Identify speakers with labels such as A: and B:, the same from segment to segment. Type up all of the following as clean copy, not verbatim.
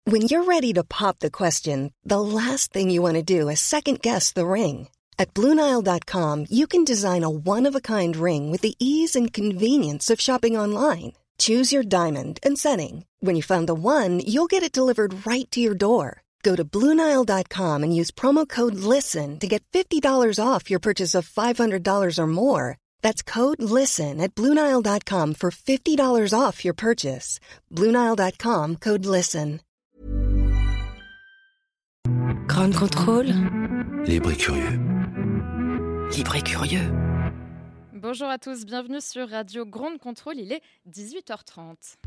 A: When you're ready to pop the question, the last thing you want to do is second-guess the ring. At BlueNile.com, you can design a one-of-a-kind ring with the ease and convenience of shopping online. Choose your diamond and setting. When you find the one, you'll get it delivered right to your door. Go to BlueNile.com and use promo code LISTEN to get $50 off your purchase of $500 or more. That's code LISTEN at BlueNile.com for $50 off your purchase. BlueNile.com, code LISTEN.
B: Grand contrôle.
C: Libre et curieux.
B: Libre et curieux.
D: Bonjour à tous, bienvenue sur Radio Grand Contrôle, il est 18h30.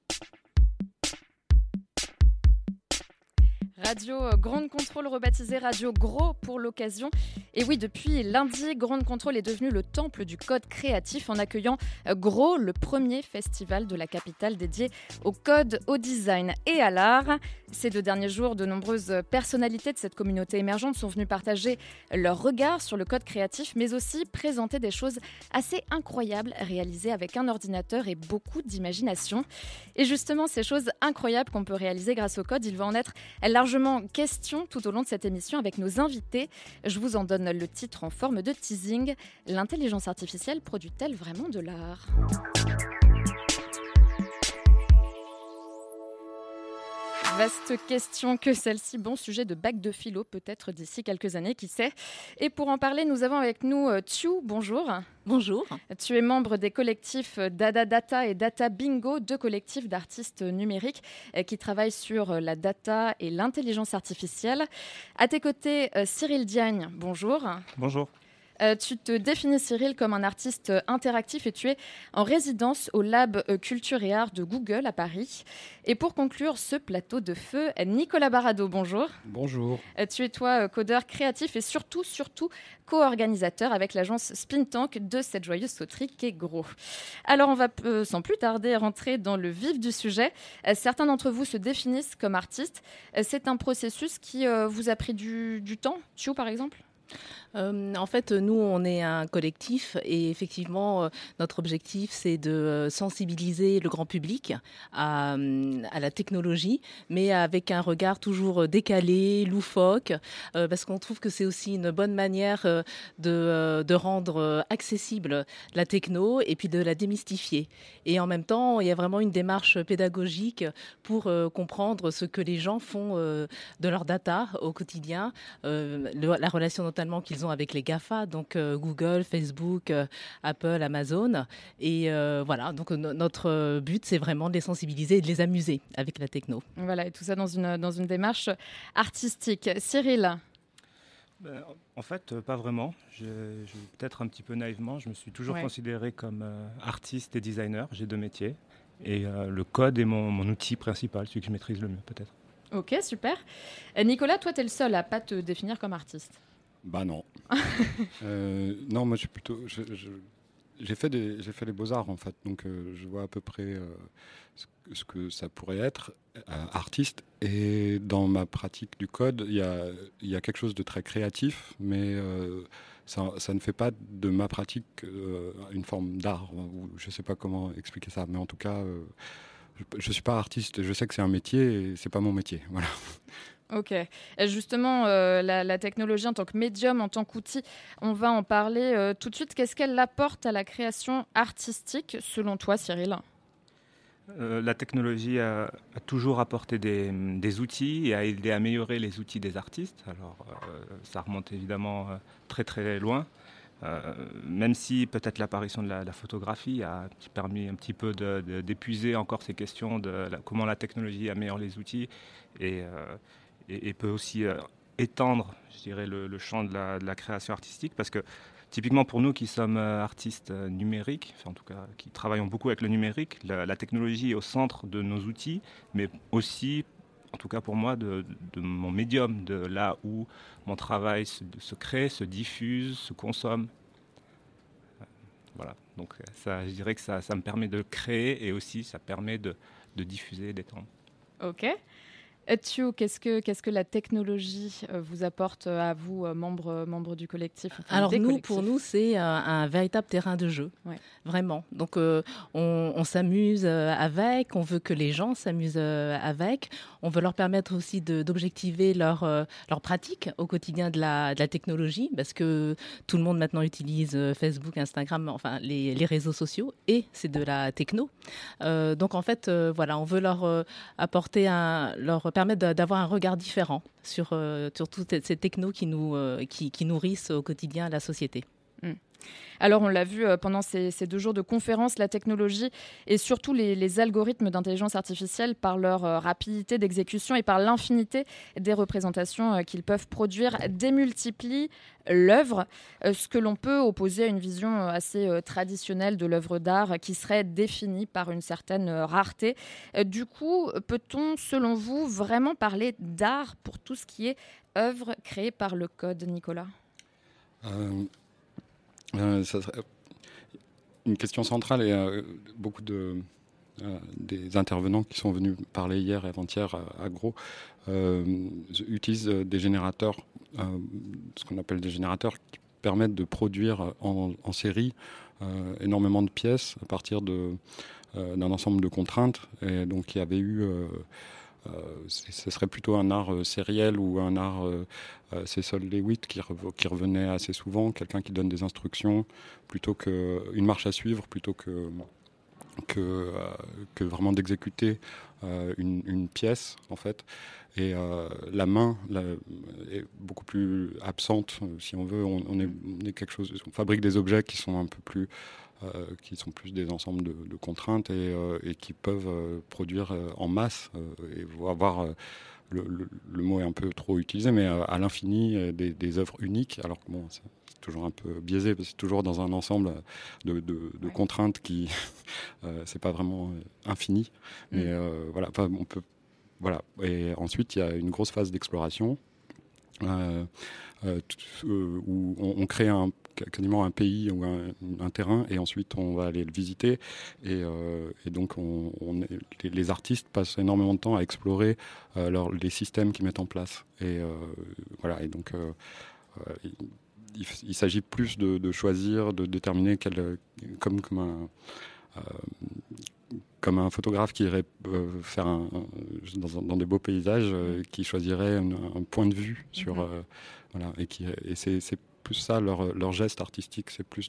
D: Radio Grand Contrôle, rebaptisé Radio Gros pour l'occasion. Et oui, depuis lundi, Grand Contrôle est devenu le temple du code créatif en accueillant Gros, le premier festival de la capitale dédié au code, au design et à l'art. Ces 2 derniers jours, de nombreuses personnalités de cette communauté émergente sont venues partager leur regard sur le code créatif, mais aussi présenter des choses assez incroyables réalisées avec un ordinateur et beaucoup d'imagination. Et justement, ces choses incroyables qu'on peut réaliser grâce au code, il va en être largement question tout au long de cette émission avec nos invités. Je vous en donne le titre en forme de teasing. L'intelligence artificielle produit-elle vraiment de l'art ? Vaste question que celle-ci, bon sujet de bac de philo peut-être d'ici quelques années, qui sait. Et pour en parler, nous avons avec nous Thiu, bonjour.
E: Bonjour.
D: Tu es membre des collectifs Dada Data et Data Bingo, 2 collectifs d'artistes numériques qui travaillent sur la data et l'intelligence artificielle. À tes côtés, Cyril Diagne, bonjour.
F: Bonjour.
D: Tu te définis, Cyril, comme un artiste interactif et tu es en résidence au Lab Culture et Art de Google à Paris. Et pour conclure ce plateau de feu, Nicolas Barrado, bonjour.
G: Bonjour.
D: Tu es, toi, codeur créatif et surtout co-organisateur avec l'agence Spin Tank de cette joyeuse sauterie qu'est Gros. Alors, on va sans plus tarder rentrer dans le vif du sujet. Certains d'entre vous se définissent comme artistes. C'est un processus qui vous a pris du temps, Thiu, par exemple ?
E: En fait, nous, on est un collectif et effectivement, notre objectif, c'est de sensibiliser le grand public à la technologie, mais avec un regard toujours décalé, loufoque, parce qu'on trouve que c'est aussi une bonne manière de rendre accessible la techno et puis de la démystifier. Et en même temps, il y a vraiment une démarche pédagogique pour comprendre ce que les gens font de leur data au quotidien, la relation notamment qu'ils ont avec les GAFA, donc Google, Facebook, Apple, Amazon. Et voilà, donc notre but, c'est vraiment de les sensibiliser et de les amuser avec la techno.
D: Voilà, et tout ça dans une démarche artistique. Cyril ?
F: En fait, pas vraiment. Peut-être un petit peu naïvement, je me suis toujours considéré comme artiste et designer. J'ai 2 métiers. Et le code est mon outil principal, celui que je maîtrise le mieux, peut-être. Ok, super. Nicolas, toi, tu es le seul à ne pas te définir comme artiste.
G: Bah non. Non, moi je suis plutôt. J'ai fait les beaux-arts en fait, donc je vois à peu près ce que ça pourrait être artiste. Et dans ma pratique du code, il y a quelque chose de très créatif, mais ça ne fait pas de ma pratique une forme d'art. Ou je ne sais pas comment expliquer ça, mais en tout cas, je ne suis pas artiste. Je sais que c'est un métier et c'est pas mon métier. Voilà.
D: Ok. Justement, la technologie en tant que médium, en tant qu'outil, on va en parler tout de suite. Qu'est-ce qu'elle apporte à la création artistique, selon toi, Cyril ?
F: La technologie a toujours apporté des outils et a aidé à améliorer les outils des artistes. Alors, ça remonte évidemment très très loin. Même si peut-être l'apparition de la photographie a permis un petit peu d'épuiser encore ces questions de comment la technologie améliore les outils et peut aussi étendre, je dirais, le champ de la création artistique, parce que typiquement pour nous qui sommes artistes numériques, enfin en tout cas qui travaillons beaucoup avec le numérique, la technologie est au centre de nos outils, mais aussi, en tout cas pour moi, de mon médium, de là où mon travail se crée, se diffuse, se consomme. Voilà, donc ça, je dirais que ça me permet de créer et aussi ça permet de diffuser et d'étendre.
D: Ok. Thiou, qu'est-ce que la technologie vous apporte à vous, membres du collectif?
E: Alors pour nous, c'est un véritable terrain de jeu, vraiment. Donc on s'amuse avec, on veut que les gens s'amusent avec, on veut leur permettre aussi d'objectiver leur pratique au quotidien de la technologie, parce que tout le monde maintenant utilise Facebook, Instagram, enfin les réseaux sociaux, et c'est de la techno. Donc en fait, on veut leur apporter leur permettre d'avoir un regard différent sur toutes ces technos qui nourrissent au quotidien la société.
D: Alors, on l'a vu pendant ces 2 jours de conférence, la technologie et surtout les algorithmes d'intelligence artificielle, par leur rapidité d'exécution et par l'infinité des représentations qu'ils peuvent produire, démultiplient l'œuvre, ce que l'on peut opposer à une vision assez traditionnelle de l'œuvre d'art qui serait définie par une certaine rareté. Du coup, peut-on, selon vous, vraiment parler d'art pour tout ce qui est œuvre créée par le code, Nicolas ?
G: Ça serait une question centrale, et beaucoup des intervenants qui sont venus parler hier et avant-hier à Gros utilisent des générateurs, ce qu'on appelle des générateurs, qui permettent de produire en série énormément de pièces à partir d'un ensemble de contraintes. Et donc il y avait eu... ce serait plutôt un art sériel ou un art Cecil Lewitt qui revenait assez souvent, quelqu'un qui donne des instructions plutôt qu'une marche à suivre, plutôt que vraiment d'exécuter une pièce en fait. Et la main est beaucoup plus absente, si on veut. On est quelque chose. On fabrique des objets qui sont un peu plus qui sont plus des ensembles de contraintes et qui peuvent produire en masse et avoir le mot est un peu trop utilisé, mais à l'infini des œuvres uniques. Alors que bon, c'est toujours un peu biaisé parce que c'est toujours dans un ensemble de contraintes qui c'est pas vraiment infini. Mais voilà, on peut Et ensuite il y a une grosse phase d'exploration. Où on crée quasiment un pays ou un terrain, et ensuite on va aller le visiter, et donc les artistes passent énormément de temps à explorer les systèmes qu'ils mettent en place, et donc il s'agit plus de choisir, de déterminer comme un photographe qui irait faire dans des beaux paysages, qui choisirait un point de vue sur et c'est plus ça leur geste artistique, c'est plus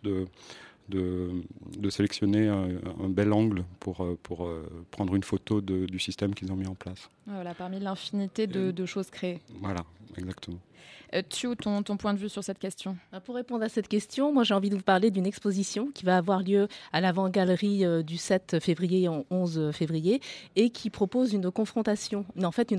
G: de sélectionner un bel angle pour prendre une photo du système qu'ils ont mis en place.
D: Voilà, parmi l'infinité de choses créées.
G: Voilà, exactement.
D: Thiou, ton point de vue sur cette question?
E: Pour répondre à cette question, moi j'ai envie de vous parler d'une exposition qui va avoir lieu à l'avant-galerie du 7 février au 11 février, et qui propose une confrontation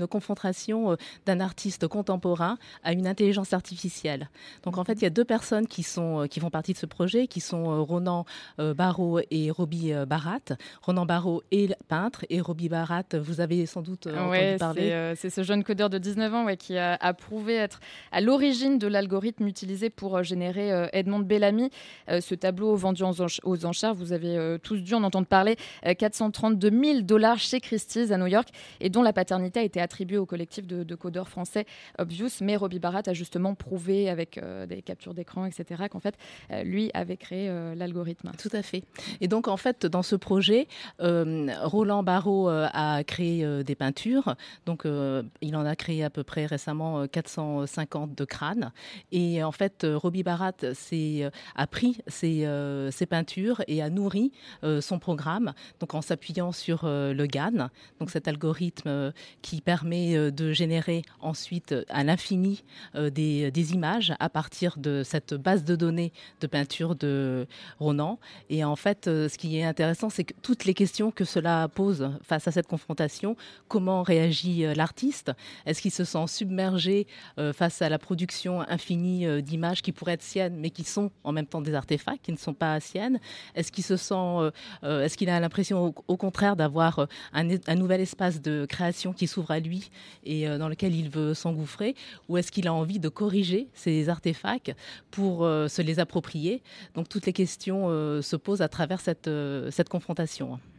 E: d'un artiste contemporain à une intelligence artificielle. Donc en fait, il y a 2 personnes qui font partie de ce projet, qui sont Ronan Barraud et Roby Barat. Ronan Barraud est peintre, et Roby Barat, vous avez sans doute entendu parler.
D: C'est ce jeune codeur de 19 ans qui a prouvé être à l'origine de l'algorithme utilisé pour générer Edmond Bellamy. Ce tableau vendu aux enchères, vous avez tous dû en entendre parler, $432 000 chez Christie's à New York, et dont la paternité a été attribuée au collectif de codeurs français Obvious. Mais Roby Barat a justement prouvé avec des captures d'écran, etc., qu'en fait, lui avait créé l'algorithme.
E: Tout à fait. Et donc, en fait, dans ce projet, Roland Barraud a créé des peintures. Donc, il en a créé à peu près récemment 450 de crânes. Et en fait, Roby Barat a pris ces peintures et a nourri son programme, donc en s'appuyant sur le GAN, donc cet algorithme qui permet de générer ensuite à l'infini des images à partir de cette base de données de peinture de Ronan. Et en fait, ce qui est intéressant, c'est que toutes les questions que cela pose face à cette confrontation, comment réagit l'artiste? Est-ce qu'il se sent submergé face à la production infinie d'images qui pourraient être siennes, mais qui sont en même temps des artefacts, qui ne sont pas siennes? Est-ce qu'il a l'impression au contraire d'avoir un nouvel espace de création qui s'ouvre à lui et dans lequel il veut s'engouffrer? Ou est-ce qu'il a envie de corriger ces artefacts pour se les approprier? Donc toutes les questions se posent à travers cette confrontation.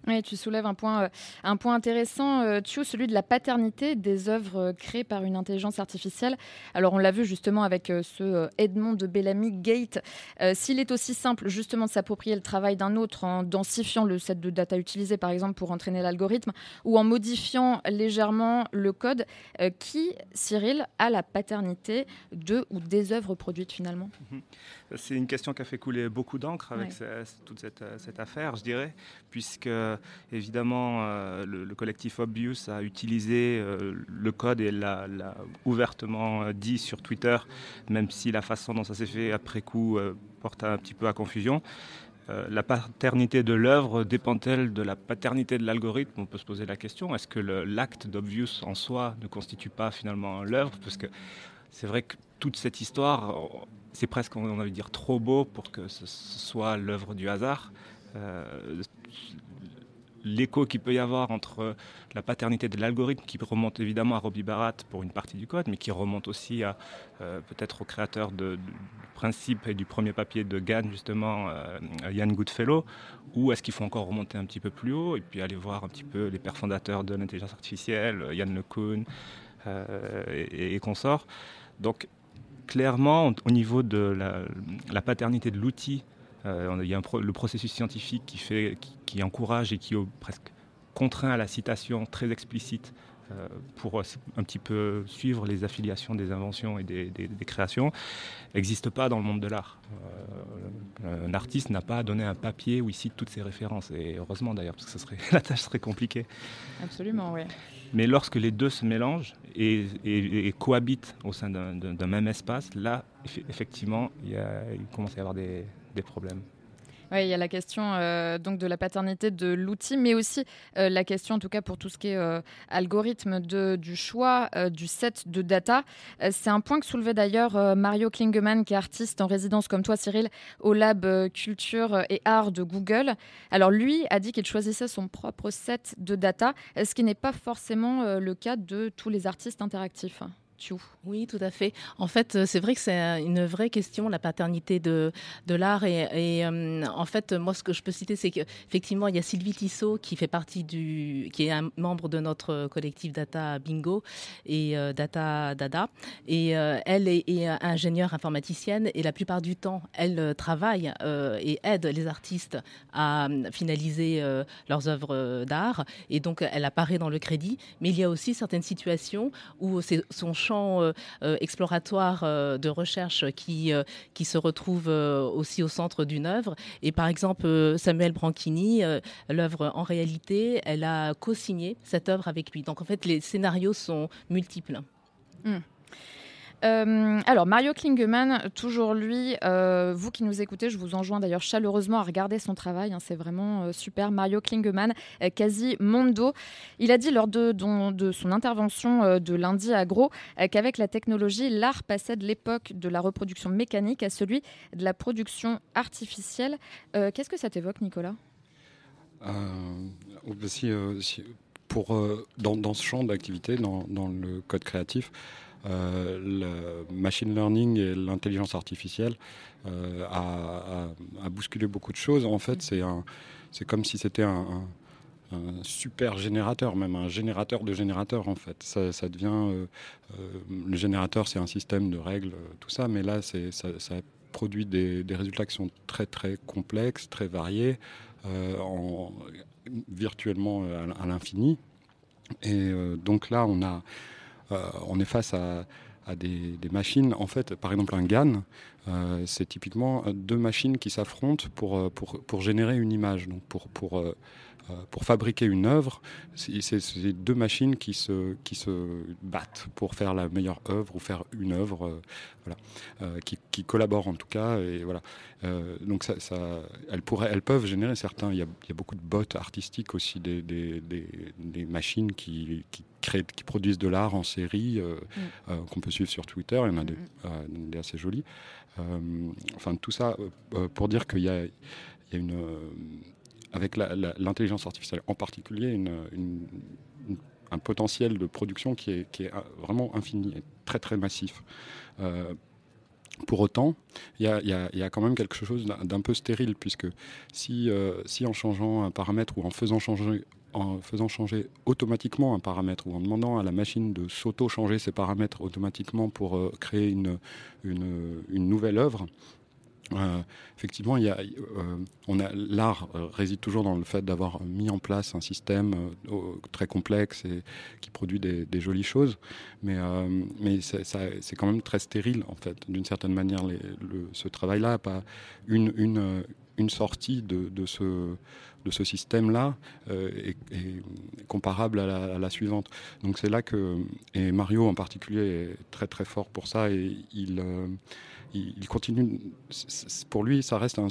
D: Oui, tu soulèves un point intéressant, Thiou, celui de la paternité des œuvres créées par une intelligence artificielle. Alors, on l'a vu justement avec ce Edmond de Bellamy Gate. S'il est aussi simple justement de s'approprier le travail d'un autre en densifiant le set de data utilisé, par exemple, pour entraîner l'algorithme, ou en modifiant légèrement le code, qui, Cyril, a la paternité de ou des œuvres produites finalement ?
F: C'est une question qui a fait couler beaucoup d'encre avec toute cette affaire, je dirais, puisque évidemment le collectif Obvious a utilisé le code et l'a ouvertement dit sur Twitter, même si la façon dont ça s'est fait après coup porte un petit peu à confusion. La paternité de l'œuvre dépend-elle de la paternité de l'algorithme ? On peut se poser la question. Est-ce que l'acte d'Obvious en soi ne constitue pas finalement l'œuvre ? Parce que c'est vrai que toute cette histoire, c'est presque, on a envie de dire, trop beau pour que ce soit l'œuvre du hasard. L'écho qu'il peut y avoir entre la paternité de l'algorithme, qui remonte évidemment à Robbie Barat pour une partie du code, mais qui remonte aussi à peut-être au créateur du principe et du premier papier de GAN, justement, Ian Goodfellow, ou est-ce qu'il faut encore remonter un petit peu plus haut et puis aller voir un petit peu les pères fondateurs de l'intelligence artificielle, Yann LeCun et consorts. Donc, clairement, au niveau de la paternité de l'outil, il y a le processus scientifique qui encourage et qui presque contraint à la citation très explicite pour un petit peu suivre les affiliations des inventions et des créations, n'existe pas dans le monde de l'art. Un artiste n'a pas à donner un papier où il cite toutes ses références, et heureusement d'ailleurs, parce que la tâche serait compliquée.
D: Absolument, oui.
F: Mais lorsque les deux se mélangent et cohabitent au sein d'un même espace, là, effectivement, il commence à y avoir des problèmes.
D: Oui, il y a la question donc de la paternité de l'outil, mais aussi la question, en tout cas pour tout ce qui est algorithme du choix du set de data. C'est un point que soulevait d'ailleurs Mario Klingemann, qui est artiste en résidence comme toi, Cyril, au Lab Culture et Art de Google. Alors lui a dit qu'il choisissait son propre set de data, ce qui n'est pas forcément le cas de tous les artistes interactifs.
E: Oui, tout à fait. En fait, c'est vrai que c'est une vraie question, la paternité de l'art. Et en fait, moi, ce que je peux citer, c'est qu'effectivement, il y a Sylvie Tissot qui fait partie qui est un membre de notre collectif Data Bingo et Data Dada. Et elle est ingénieure informaticienne, et la plupart du temps, elle travaille et aide les artistes à finaliser leurs œuvres d'art. Et donc, elle apparaît dans le crédit. Mais il y a aussi certaines situations où c'est son champ exploratoire de recherche qui se retrouve aussi au centre d'une œuvre. Et par exemple, Samuel Branchini, l'œuvre En réalité, elle a co-signé cette œuvre avec lui. Donc en fait, les scénarios sont multiples.
D: Alors, Mario Klingemann, toujours lui, vous qui nous écoutez, je vous enjoins d'ailleurs chaleureusement à regarder son travail, c'est vraiment super. Mario Klingemann, Quasimondo. Il a dit lors de son intervention de lundi à Gros qu'avec la technologie, l'art passait de l'époque de la reproduction mécanique à celui de la production artificielle. Qu'est-ce que ça t'évoque, Nicolas ?
G: Dans ce champ d'activité, dans le code créatif, le machine learning et l'intelligence artificielle a bousculé beaucoup de choses. En fait, c'est comme si c'était un super générateur, même un générateur de générateurs en fait. Ça devient le générateur, c'est un système de règles, tout ça, mais là ça produit des résultats qui sont très très complexes, très variés, virtuellement à l'infini. Et donc là on est face à des machines. En fait, par exemple, un GAN, c'est typiquement deux machines qui s'affrontent pour générer une image. Donc pour fabriquer une œuvre, c'est deux machines qui se battent pour faire la meilleure œuvre ou faire une œuvre, qui collaborent en tout cas. Et voilà. Donc elles peuvent générer certains. Il y a beaucoup de bots artistiques aussi, des machines qui produisent de l'art en série, qu'on peut suivre sur Twitter. Il y en a des assez jolis. Enfin, tout ça pour dire qu'il y a une avec l'intelligence artificielle en particulier, un potentiel de production qui est vraiment infini et très très massif. Pour autant, il y a quand même quelque chose d'un peu stérile, puisque si en changeant un paramètre ou en faisant changer automatiquement un paramètre ou en demandant à la machine de s'auto-changer ses paramètres automatiquement pour créer une nouvelle œuvre, effectivement, l'art réside toujours dans le fait d'avoir mis en place un système très complexe et qui produit des jolies choses, mais c'est quand même très stérile en fait. D'une certaine manière, ce travail-là n'a pas une sortie de ce système-là est comparable à la suivante. Donc c'est là et Mario en particulier est très très fort pour ça, et il continue. Pour lui, ça reste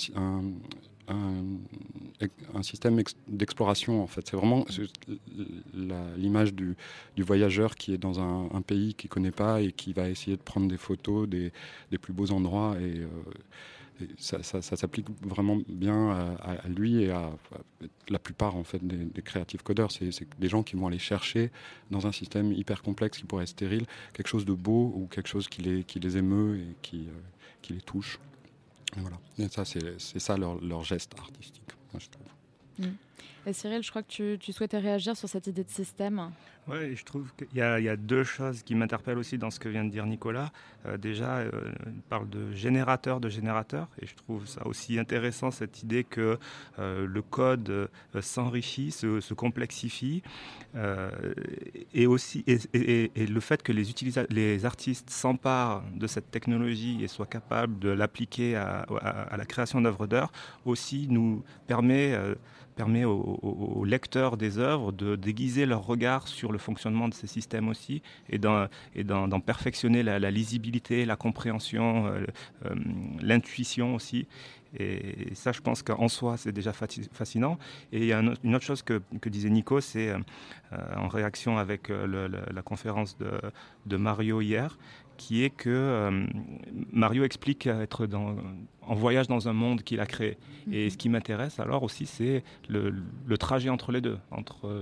G: un système d'exploration en fait. C'est vraiment l'image du voyageur qui est dans un pays qu'il ne connaît pas et qui va essayer de prendre des photos des plus beaux endroits, et ça s'applique vraiment bien à lui et à la plupart en fait des creative coders. C'est des gens qui vont aller chercher dans un système hyper complexe qui pourrait être stérile quelque chose de beau ou quelque chose qui les émeut et qui les touche. Et voilà. Et ça, c'est ça leur geste artistique, moi, je trouve.
D: Et Cyril, je crois que tu souhaitais réagir sur cette idée de système.
F: Oui, je trouve qu'il y a deux choses qui m'interpellent aussi dans ce que vient de dire Nicolas. Déjà, il parle de générateur, et je trouve ça aussi intéressant, cette idée que le code s'enrichit, se complexifie, et le fait que les artistes s'emparent de cette technologie et soient capables de l'appliquer à la création d'œuvres d'art aussi nous permet aux lecteurs des œuvres de déguiser leur regard sur le fonctionnement de ces systèmes aussi, et d'en perfectionner la lisibilité, la compréhension, l'intuition aussi. Et ça, je pense qu'en soi, c'est déjà fascinant. Et il y a une autre chose que disait Nico, c'est en réaction avec la conférence de Mario hier, qui est que Mario explique être en voyage dans un monde qu'il a créé. Et ce qui m'intéresse alors aussi, c'est le trajet entre les deux, entre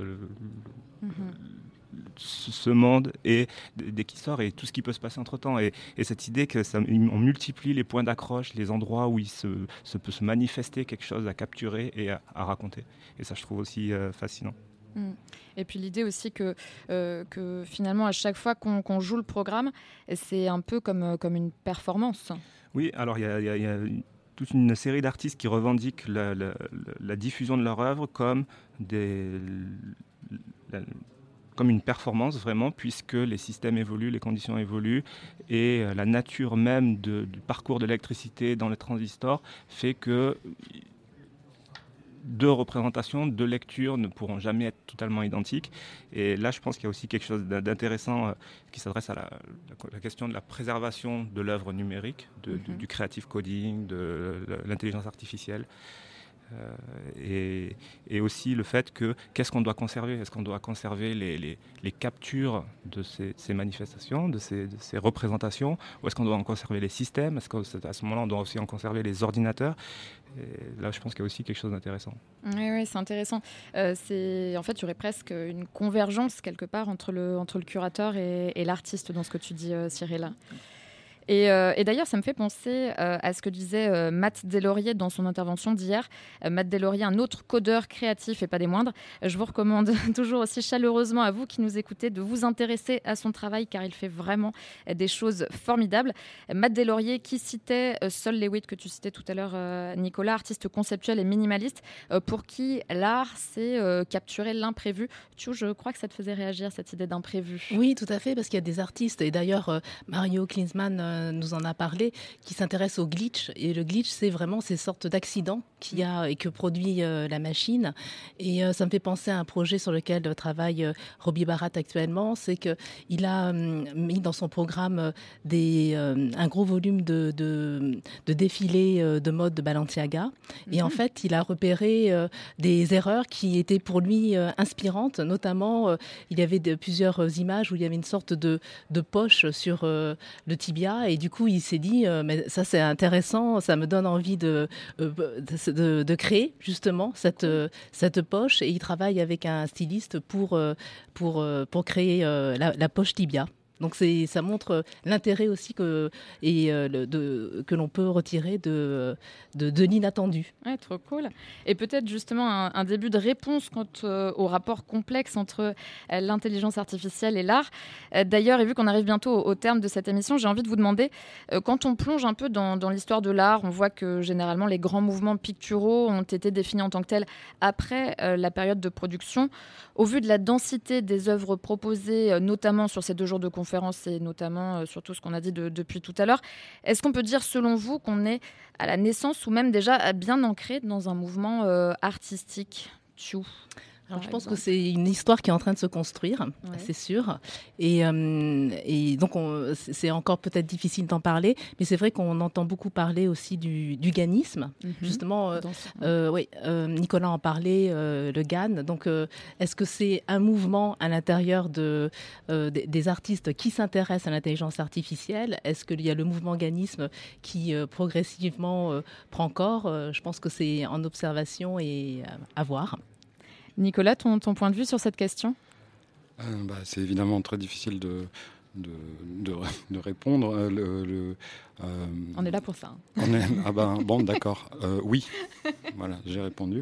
F: ce monde et dès qu'il sort et tout ce qui peut se passer entre-temps. Et cette idée qu'on multiplie les points d'accroche, les endroits où il peut se manifester quelque chose à capturer et à raconter. Et ça, je trouve aussi fascinant.
D: Et puis l'idée aussi que finalement à chaque fois qu'on joue le programme, c'est un peu comme une performance. Oui, alors il y a toute une série d'artistes qui revendiquent la diffusion de leur œuvre comme une performance vraiment, puisque les systèmes évoluent, les conditions évoluent, et la nature même du parcours de l'électricité dans les transistors fait que deux représentations, deux lectures ne pourront jamais être totalement identiques. Et là, je pense qu'il y a aussi quelque chose d'intéressant qui s'adresse à la question de la préservation de l'œuvre numérique, du creative coding, de l'intelligence artificielle. Et aussi le fait qu'est-ce qu'on doit conserver ? Est-ce qu'on doit conserver les captures de ces manifestations, de ces représentations, ou est-ce qu'on doit en conserver les systèmes ? Est-ce qu'à ce moment-là, on doit aussi en conserver les ordinateurs ? Et là, je pense qu'il y a aussi quelque chose d'intéressant. Oui, c'est intéressant. En fait, il y aurait presque une convergence quelque part entre le curateur et l'artiste dans ce que tu dis, Cyril. Et d'ailleurs, ça me fait penser à ce que disait Matt Deslauriers dans son intervention d'hier. Matt Deslauriers, un autre codeur créatif et pas des moindres. Je vous recommande toujours aussi chaleureusement à vous qui nous écoutez de vous intéresser à son travail, car il fait vraiment des choses formidables. Matt Deslauriers qui citait Sol Lewitt, que tu citais tout à l'heure, Nicolas, artiste conceptuel et minimaliste, pour qui l'art, c'est capturer l'imprévu. Je crois que ça te faisait réagir, cette idée d'imprévu.
E: Oui, tout à fait, parce qu'il y a des artistes, et d'ailleurs Mario Klinsmann nous en a parlé, qui s'intéresse au glitch. Et le glitch, c'est vraiment ces sortes d'accidents qu'il y a et que produit la machine. Et ça me fait penser à un projet sur lequel travaille Robbie Barat actuellement. C'est qu'il a mis dans son programme un gros volume de défilés de mode de Balenciaga. Et en fait, il a repéré des erreurs qui étaient pour lui inspirantes. Notamment, il y avait plusieurs images où il y avait une sorte de poche sur le tibia. Et du coup, il s'est dit, mais ça c'est intéressant, ça me donne envie de créer justement cette poche. Et il travaille avec un styliste pour créer la poche tibia. Donc ça montre l'intérêt aussi que l'on peut retirer de l'inattendu.
D: Ouais, trop cool. Et peut-être justement un début de réponse quant au rapport complexe entre l'intelligence artificielle et l'art. D'ailleurs, et vu qu'on arrive bientôt au terme de cette émission, j'ai envie de vous demander, quand on plonge un peu dans l'histoire de l'art, on voit que généralement les grands mouvements picturaux ont été définis en tant que tels après la période de production. Au vu de la densité des œuvres proposées, notamment sur ces 2 jours de conférence et notamment sur tout ce qu'on a dit depuis tout à l'heure, est-ce qu'on peut dire selon vous qu'on est à la naissance ou même déjà bien ancré dans un mouvement artistique ? Tchou.
E: Alors, je pense que c'est une histoire qui est en train de se construire, c'est sûr. Et donc, c'est encore peut-être difficile d'en parler, mais c'est vrai qu'on entend beaucoup parler aussi du GANisme. Justement, Nicolas en parlait, le GAN. Donc, est-ce que c'est un mouvement à l'intérieur des artistes qui s'intéressent à l'intelligence artificielle ? Est-ce qu'il y a le mouvement GANisme qui progressivement prend corps ? Je pense que c'est en observation et à voir.
D: Nicolas, ton point de vue sur cette question ?
G: C'est évidemment très difficile de répondre.
D: On est là pour ça.
G: Bon, d'accord. Oui, voilà, j'ai répondu.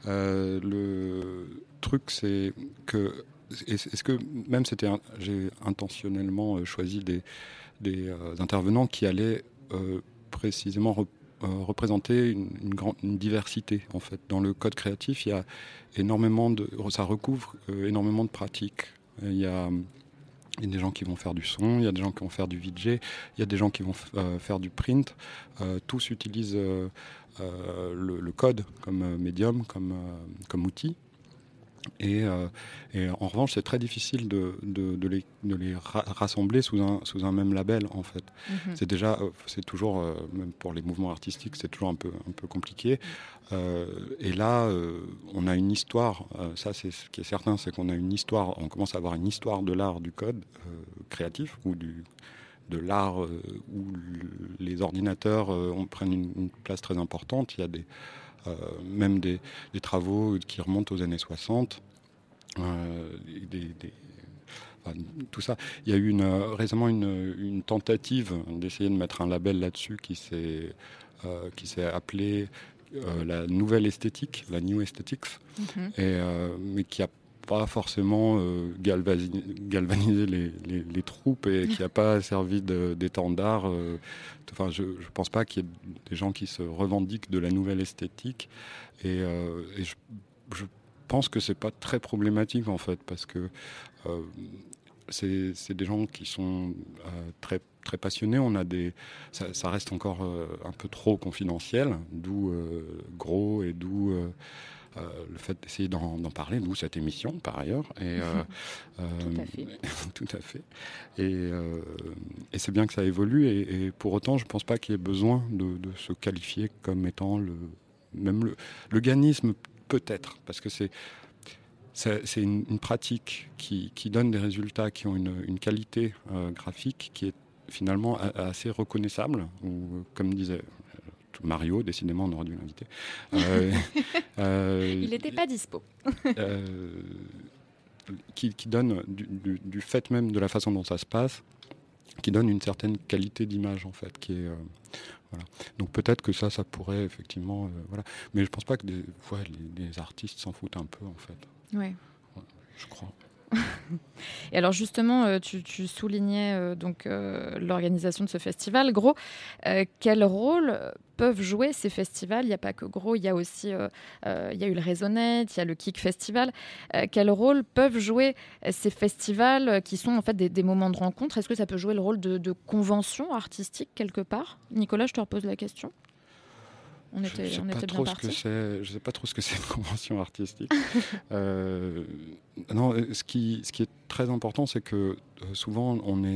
G: Le truc, c'est que... Est-ce que même j'ai intentionnellement choisi des intervenants qui allaient précisément représenter une diversité en fait. Dans le code créatif, il y a ça recouvre énormément de pratiques. Il y a des gens qui vont faire du son, il y a des gens qui vont faire du VJ, il y a des gens qui vont faire du print. Tous utilisent le code comme médium, comme outil. Et en revanche, c'est très difficile de les rassembler sous un même label, en fait. C'est toujours, même pour les mouvements artistiques, c'est toujours un peu compliqué. Et là, on a une histoire. Ça, c'est ce qui est certain, c'est qu'on a une histoire. On commence à avoir une histoire de l'art du code créatif ou de l'art où les ordinateurs prennent une place très importante. Il y a même des travaux qui remontent aux années 60, tout ça. Il y a eu récemment une tentative d'essayer de mettre un label là-dessus qui s'est appelé la nouvelle esthétique, la New Aesthetics, mais qui a pas forcément galvanisé les troupes et qui n'a pas servi d'étendard. Je ne pense pas qu'il y ait des gens qui se revendiquent de la nouvelle esthétique. Et je pense que c'est pas très problématique en fait, parce que c'est des gens qui sont très très passionnés. Ça reste encore un peu trop confidentiel, d'où Gros et d'où le fait d'essayer d'en parler, d'où cette émission par ailleurs. Et, tout à fait. Et c'est bien que ça évolue. Et pour autant, je ne pense pas qu'il y ait besoin de se qualifier comme étant le GANisme, peut-être, parce que c'est une pratique qui donne des résultats qui ont une qualité graphique qui est finalement assez reconnaissable, ou comme disait Mario, décidément on aurait dû l'inviter.
D: Il n'était pas dispo.
G: Qui donne, du fait même de la façon dont ça se passe, qui donne une certaine qualité d'image en fait, qui est... Voilà. Donc peut-être que ça pourrait effectivement... voilà. Mais je pense pas que les artistes s'en foutent un peu en fait.
D: Oui.
G: Ouais, je crois.
D: Et alors justement, tu soulignais l'organisation de ce festival. Gros, quel rôle peuvent jouer ces festivals ? Il n'y a pas que Gros, il y a aussi il y a eu le Raisonnette, il y a le Kick Festival. Quel rôle peuvent jouer ces festivals qui sont en fait des moments de rencontre ? Est-ce que ça peut jouer le rôle de convention artistique quelque part ? Nicolas, je te repose la question. On était bien partis.
G: Je ne sais pas trop ce que c'est une convention artistique. Non, ce qui est très important, c'est que souvent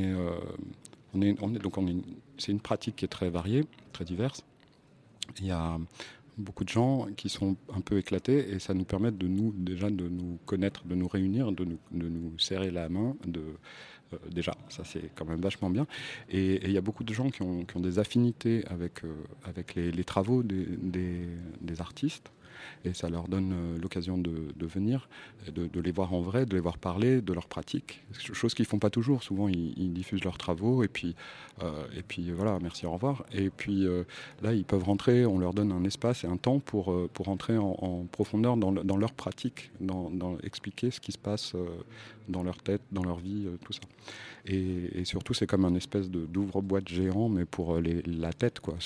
G: c'est une pratique qui est très variée, très diverse. Il y a beaucoup de gens qui sont un peu éclatés et ça nous permet de nous connaître, de nous réunir, de nous serrer la main, déjà, ça c'est quand même vachement bien. Et il y a beaucoup de gens qui ont des affinités avec les travaux des artistes. Et ça leur donne l'occasion de venir, de les voir en vrai, de les voir parler, de leurs pratiques. Chose qu'ils ne font pas toujours. Souvent, ils diffusent leurs travaux et puis voilà, merci, au revoir. Et puis là, ils peuvent rentrer, on leur donne un espace et un temps pour rentrer en profondeur dans leurs pratiques, dans expliquer ce qui se passe dans leur tête, dans leur vie, tout ça. Et surtout, c'est comme un espèce d'ouvre-boîte géant, mais pour la tête, quoi.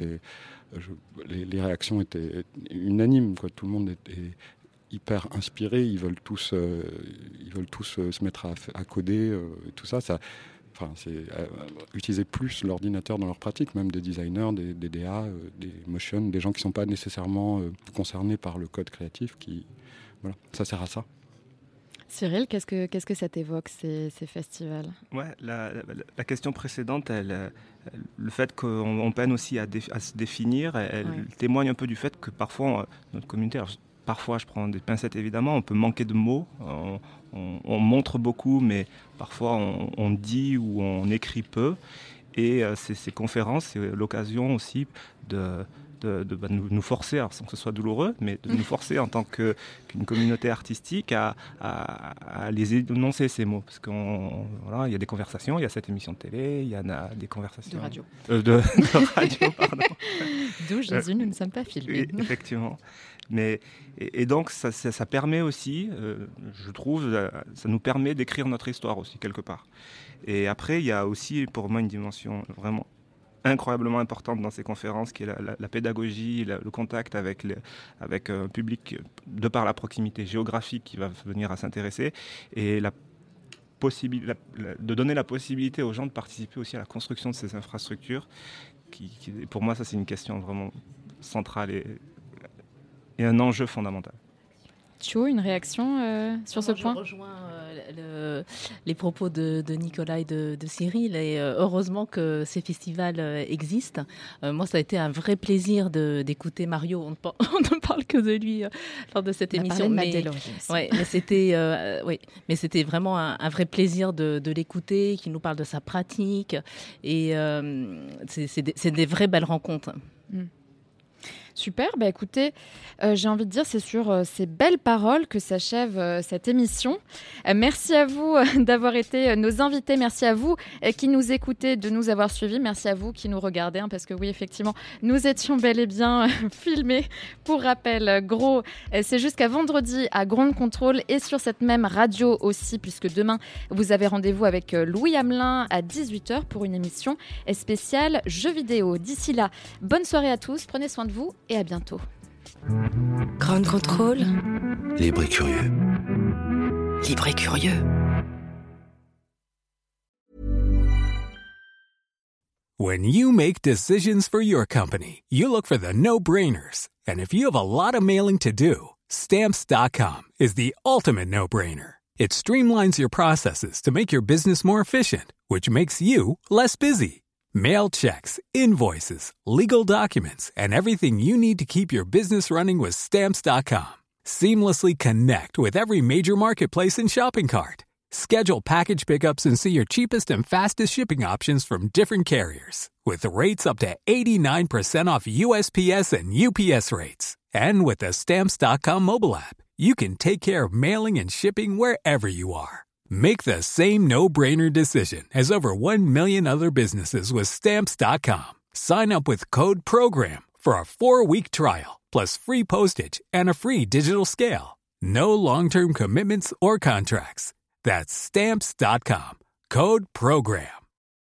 G: Les réactions étaient unanimes, quoi. Tout le monde est hyper inspiré. Ils veulent tous se mettre à coder, et tout ça. C'est utiliser plus l'ordinateur dans leur pratique, même des designers, des DA, des motion, des gens qui ne sont pas nécessairement concernés par le code créatif. Voilà, ça sert à ça.
D: Cyril, qu'est-ce que ça t'évoque, ces festivals ?
F: Ouais, la question précédente, le fait qu'on peine aussi à se définir, elle témoigne un peu du fait que parfois, notre communauté, parfois je prends des pincettes évidemment, on peut manquer de mots, on montre beaucoup, mais parfois on dit ou on écrit peu. Et ces conférences, c'est l'occasion aussi de nous forcer, alors sans que ce soit douloureux, mais de nous forcer en tant qu'une communauté artistique à les énoncer, ces mots. Parce qu'il y a des conversations, il y a cette émission de télé, il y en a des conversations...
D: De radio.
F: De radio, pardon.
D: D'où Jésus, nous ne sommes pas filmés.
F: Oui, effectivement. Et donc, ça permet aussi, je trouve, ça nous permet d'écrire notre histoire aussi, quelque part. Et après, il y a aussi, pour moi, une dimension vraiment incroyablement importante dans ces conférences, qui est la pédagogie, le contact avec un public de par la proximité géographique qui va venir à s'intéresser, et de donner la possibilité aux gens de participer aussi à la construction de ces infrastructures. Pour moi, ça, c'est une question vraiment centrale et un enjeu fondamental.
D: Thio, une réaction sur ce point ?
E: Je rejoins les propos de Nicolas et de Cyril, et heureusement que ces festivals existent. Moi, ça a été un vrai plaisir d'écouter Mario. On ne parle que de lui lors de cette émission. Mais c'était vraiment un vrai plaisir de l'écouter, qu'il nous parle de sa pratique. Et c'est des vraies belles rencontres.
D: Super, écoutez, j'ai envie de dire, c'est sur ces belles paroles que s'achève cette émission. Merci à vous d'avoir été nos invités, merci à vous qui nous écoutez, de nous avoir suivis, merci à vous qui nous regardez, parce que oui, effectivement, nous étions bel et bien filmés. Pour rappel, Gros, c'est jusqu'à vendredi à Ground Control et sur cette même radio aussi, puisque demain, vous avez rendez-vous avec Louis Hamelin à 18h pour une émission spéciale jeux vidéo. D'ici là, bonne soirée à tous, prenez soin de vous et à bientôt.
B: Ground Control.
C: Libre et curieux.
B: Libre et curieux.
H: When you make decisions for your company, you look for the no-brainers. And if you have a lot of mailing to do, Stamps.com is the ultimate no-brainer. It streamlines your processes to make your business more efficient, which makes you less busy. Mail checks, invoices, legal documents, and everything you need to keep your business running with Stamps.com. Seamlessly connect with every major marketplace and shopping cart. Schedule package pickups and see your cheapest and fastest shipping options from different carriers. With rates up to 89% off USPS and UPS rates. And with the Stamps.com mobile app, you can take care of mailing and shipping wherever you are. Make the same no-brainer decision as over 1 million other businesses with Stamps.com. Sign up with code PROGRAM for a 4-week trial, plus free postage and a free digital scale. No long-term commitments or contracts. That's Stamps.com. Code PROGRAM.